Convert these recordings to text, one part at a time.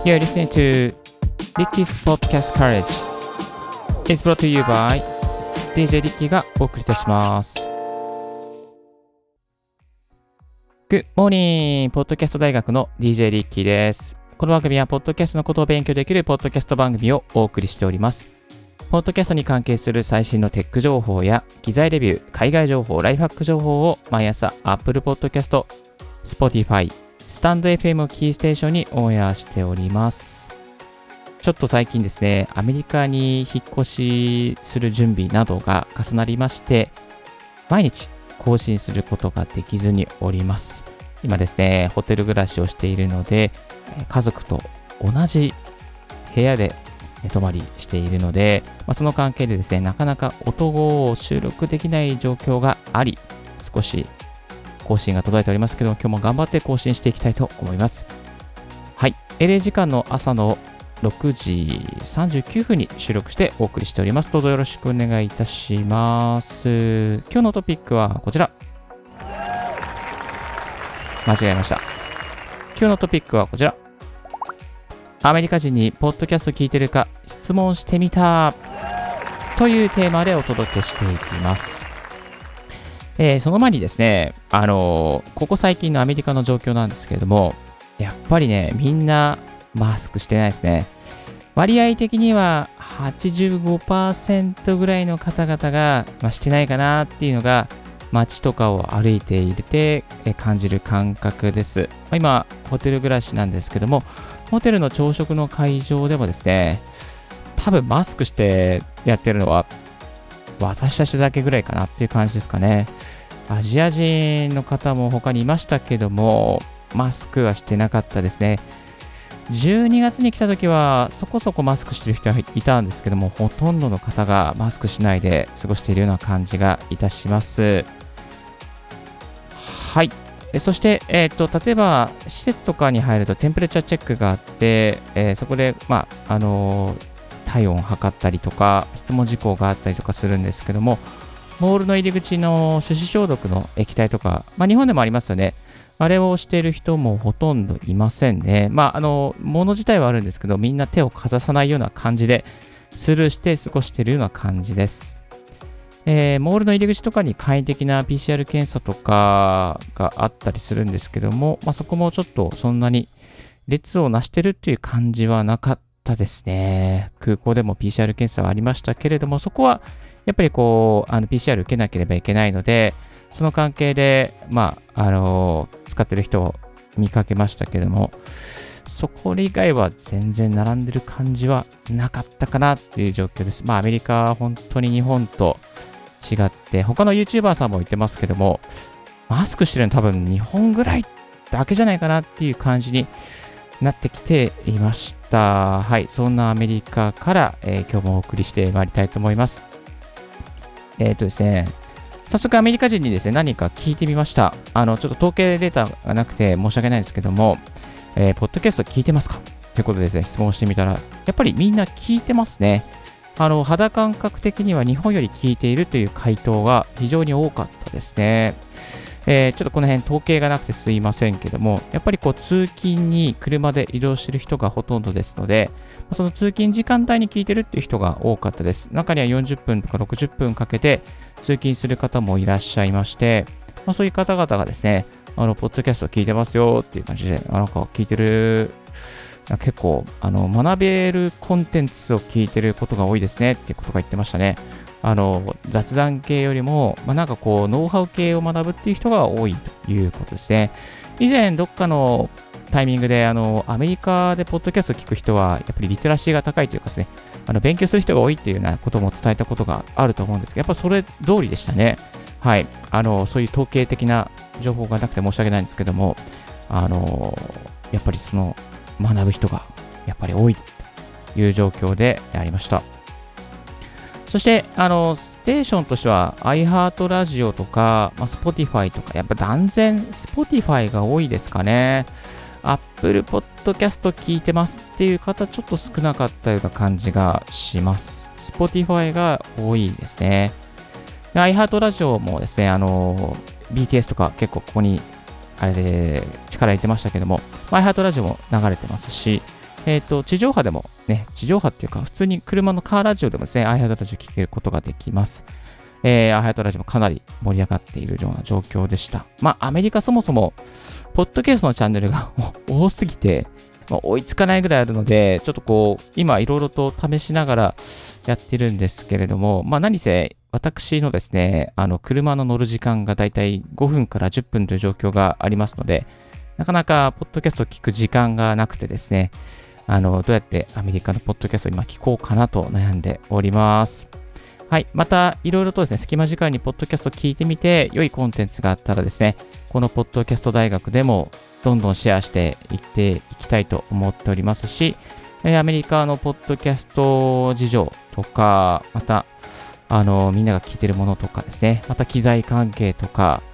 You're listening to Ricky's Podcast College. It's brought to you by DJ Ricky がお送りいたします。Good morning! ポッドキャスト大学の DJ Ricky です。この番組はポッドキャストのことを勉強できるポッドキャスト番組をお送りしております。ポッドキャストに関係する最新のテック情報や機材レビュー、海外情報、ライフハック情報を毎朝 Apple Podcast、Spotify、StandFM をキーステーションにオンエアしております。ちょっと最近ですね、アメリカに引っ越しする準備などが重なりまして、毎日更新することができずにおります。今ですね、ホテル暮らしをしているので、家族と同じ部屋で泊まりしているので、その関係でですね、なかなか音を収録できない状況があり、少し更新が途絶えておりますけど、今日も頑張って更新していきたいと思います。はい、LA 時間の朝の6時39分に収録してお送りしております。どうぞよろしくお願いいたします。今日のトピックはこちら。間違えました。今日のトピックはこちら。アメリカ人にポッドキャスト聞いてるか質問してみたというテーマでお届けしていきます。その前にですね、ここ最近のアメリカの状況なんですけれども、やっぱりね、みんなマスクしてないですね。割合的には 85% ぐらいの方々が、してないかなっていうのが、街とかを歩いていて感じる感覚です。今、ホテル暮らしなんですけども、ホテルの朝食の会場でもですね、多分マスクしてやってるのは私たちだけぐらいかなっていう感じですかね。アジア人の方も他にいましたけども、マスクはしてなかったですね。12月に来た時はそこそこマスクしてる人はいたんですけども、ほとんどの方がマスクしないで過ごしているような感じがいたします。はい。そして、例えば施設とかに入るとテンプレチャーチェックがあって、そこで、体温を測ったりとか質問事項があったりとかするんですけども、モールの入り口の手指消毒の液体とか、日本でもありますよね。あれをしている人もほとんどいませんね。物自体はあるんですけど、みんな手をかざさないような感じでスルーして過ごしているような感じです。モールの入り口とかに簡易的な PCR 検査とかがあったりするんですけども、そこもちょっとそんなに列をなしてるっていう感じはなかったですね。空港でも PCR 検査はありましたけれども、そこはやっぱりPCR 受けなければいけないので、その関係で、使ってる人を見かけましたけれども、そこ以外は全然並んでる感じはなかったかなっていう状況です。アメリカは本当に日本と違って、他の YouTuber さんも言ってますけども、マスクしてるの多分日本ぐらいだけじゃないかなっていう感じになってきていました。はい、そんなアメリカから、今日もお送りしてまいりたいと思います。ですね、早速アメリカ人にですね、何か聞いてみました。ちょっと統計データがなくて申し訳ないんですけども、ポッドキャスト聞いてますかということでですね、質問してみたら、やっぱりみんな聞いてますね。肌感覚的には日本より聞いているという回答が非常に多かったですね。ちょっとこの辺統計がなくてすいませんけども、やっぱり通勤に車で移動している人がほとんどですので、その通勤時間帯に聞いてるっていう人が多かったです。中には40分とか60分かけて通勤する方もいらっしゃいまして、そういう方々がですね、ポッドキャスト聞いてますよっていう感じで、なんか聞いてる、結構学べるコンテンツを聞いてることが多いですねっていうことが言ってましたね。雑談系よりも、ノウハウ系を学ぶっていう人が多いということですね。以前どっかのタイミングでアメリカでポッドキャストを聞く人はやっぱりリテラシーが高いというかですね、勉強する人が多いっていうようなことも伝えたことがあると思うんですけど、やっぱそれ通りでしたね。はい、そういう統計的な情報がなくて申し訳ないんですけども、やっぱりその学ぶ人がやっぱり多いという状況でありました。そして、ステーションとしては iHeart ラジオとか、Spotify とか、やっぱ断然 Spotify が多いですかね。Apple Podcast 聞いてますっていう方、ちょっと少なかったような感じがします。Spotify が多いですね。iHeart ラジオもですね、BTS とか結構ここに、あれで力入れてましたけども、iHeart ラジオも流れてますし、 地上波でもね、地上波っていうか、普通に車のカーラジオでもですね、iHeart ラジオ聞けることができます。iHeart ラジオもかなり盛り上がっているような状況でした。アメリカそもそも、ポッドキャストのチャンネルが多すぎて、追いつかないぐらいあるので、ちょっと今いろいろと試しながらやってるんですけれども、何せ、私のですね、車の乗る時間がだいたい5分から10分という状況がありますので、なかなかポッドキャストを聞く時間がなくてですね、どうやってアメリカのポッドキャストを今聞こうかなと悩んでおります。はい。また、いろいろとですね、隙間時間にポッドキャストを聞いてみて、良いコンテンツがあったらですね、このポッドキャスト大学でもどんどんシェアしていっていきたいと思っておりますし、アメリカのポッドキャスト事情とか、また、みんなが聞いてるものとかですね、また機材関係とか、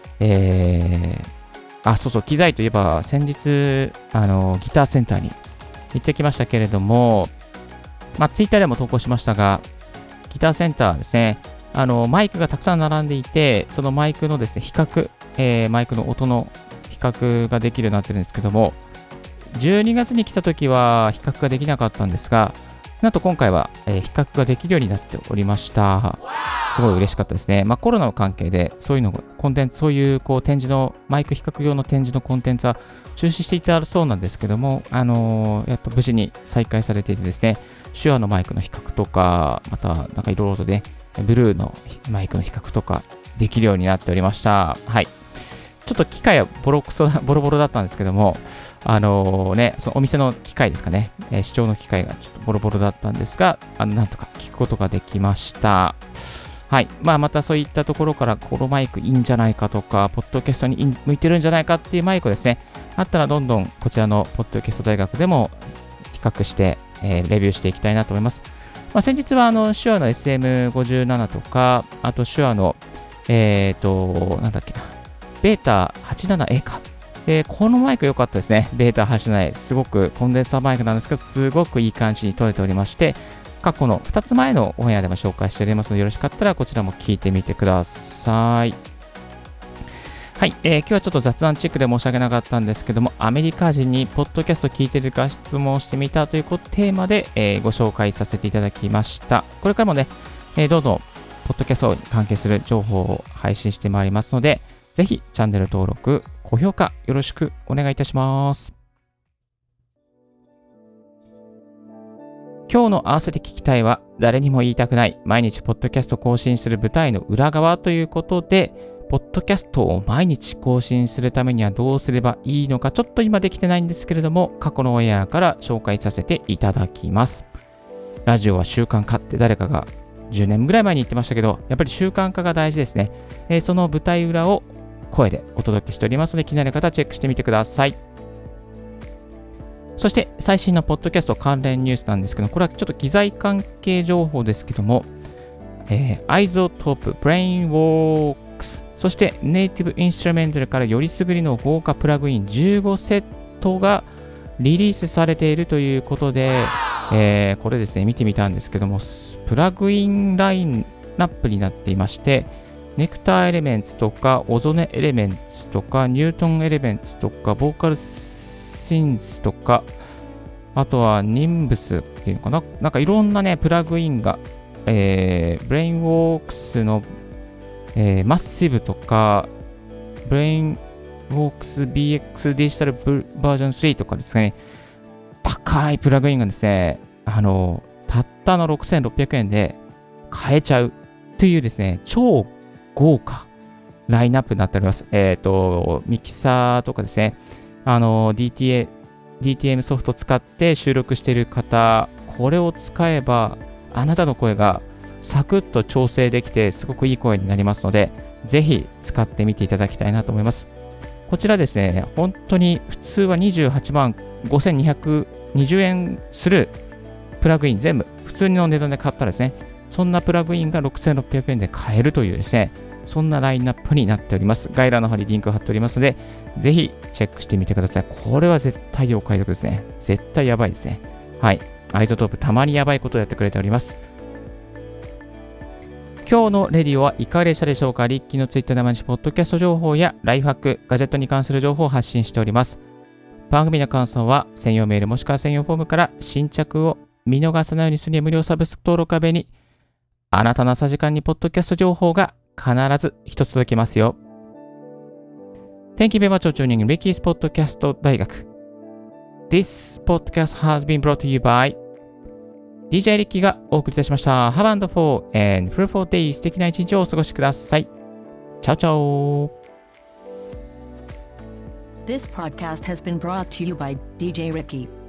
機材といえば先日、ギターセンターに行ってきましたけれども、ツイッターでも投稿しましたが、ギターセンターですね、マイクがたくさん並んでいて、そのマイクのですね、比較、マイクの音の比較ができるようになってるんですけども、12月に来た時は比較ができなかったんですが、なんと今回は、比較ができるようになっておりました。すごい嬉しかったですね。コロナの関係で、そういうの、コンテンツ、そういう展示の、マイク比較用の展示のコンテンツは中止していたそうなんですけども、やっと無事に再開されていてですね、手話のマイクの比較とか、また、なんかいろいろとね、ブルーのマイクの比較とかできるようになっておりました。はい。ちょっと機械はボロボロだったんですけども、そのお店の機械ですかね、視聴の機械がちょっとボロボロだったんですが、なんとか聞くことができました。はい。またそういったところから、このマイクいいんじゃないかとか、ポッドキャストに向いてるんじゃないかっていうマイクですね、あったらどんどんこちらのポッドキャスト大学でも比較して、レビューしていきたいなと思います。先日は手話の SM57 とか、あと手話の、なんだっけな、ベータ 87A か。このマイク良かったですね。ベータ 87A。すごくコンデンサーマイクなんですけど、すごくいい感じに撮れておりまして、過去の2つ前のオンエアでも紹介しておりますので、よろしかったらこちらも聞いてみてください。はい、今日はちょっと雑談チェックで申し訳なかったんですけども、アメリカ人にポッドキャスト聞いてるか質問してみたというテーマで、ご紹介させていただきました。これからもね、どんどんポッドキャストに関係する情報を配信してまいりますので、ぜひチャンネル登録、高評価よろしくお願いいたします。今日の合わせて聞きたいは誰にも言いたくない毎日ポッドキャスト更新する舞台の裏側ということで、ポッドキャストを毎日更新するためにはどうすればいいのかちょっと今できてないんですけれども、過去のオンエアから紹介させていただきます。ラジオは習慣化って誰かが10年ぐらい前に言ってましたけど、やっぱり習慣化が大事ですね。その舞台裏を声でお届けしておりますので、気になる方はチェックしてみてください。そして最新のポッドキャスト関連ニュースなんですけど、これはちょっと機材関係情報ですけども、iZotope Brainworks、そしてネイティブインストゥルメンタルからよりすぐりの豪華プラグイン15セットがリリースされているということで、これですね、見てみたんですけども、プラグインラインナップになっていまして、ネクターエレメンツとか、オゾネエレメンツとか、ニュートンエレメンツとか、ボーカルシンスとか、あとはニンブスっていうのかな、なんかいろんなね、プラグインが、ブレインウォークスの、マッシブとか、ブレインウォークス BX デジタルバージョン3とかですかね、高いプラグインがですね、たったの6600円で買えちゃうというですね、超豪華ラインナップになっております。ミキサーとかですね、DTM ソフト使って収録している方、これを使えば、あなたの声がサクッと調整できて、すごくいい声になりますので、ぜひ使ってみていただきたいなと思います。こちらですね、本当に普通は28万5220円するプラグイン全部、普通の値段で買ったらですね、そんなプラグインが6600円で買えるというですね、そんなラインナップになっております。概要欄の方にリンクを貼っておりますので、ぜひチェックしてみてください。これは絶対お買い得ですね。絶対やばいですね。はい。iZotopeたまにやばいことをやってくれております。今日のレディオはいかがでしたでしょうか。リッキーのツイッターで毎日ポッドキャスト情報やライフハック、ガジェットに関する情報を発信しております。 番組の感想は専用メールもしくは専用フォームから新着を見逃さないようにするには無料サブスク登録壁にあなたの朝時間にポッドキャスト情報が必ず一つ届きますよ。Thank you very much for tuning in Ricky's Podcast 大学。This podcast has been brought to you by DJ リッキーがお送りいたしました。Have a wonderful and fruitful day. 素敵な一日をお過ごしください。チャオチャオ。 This podcast has been brought to you by DJ Ricky.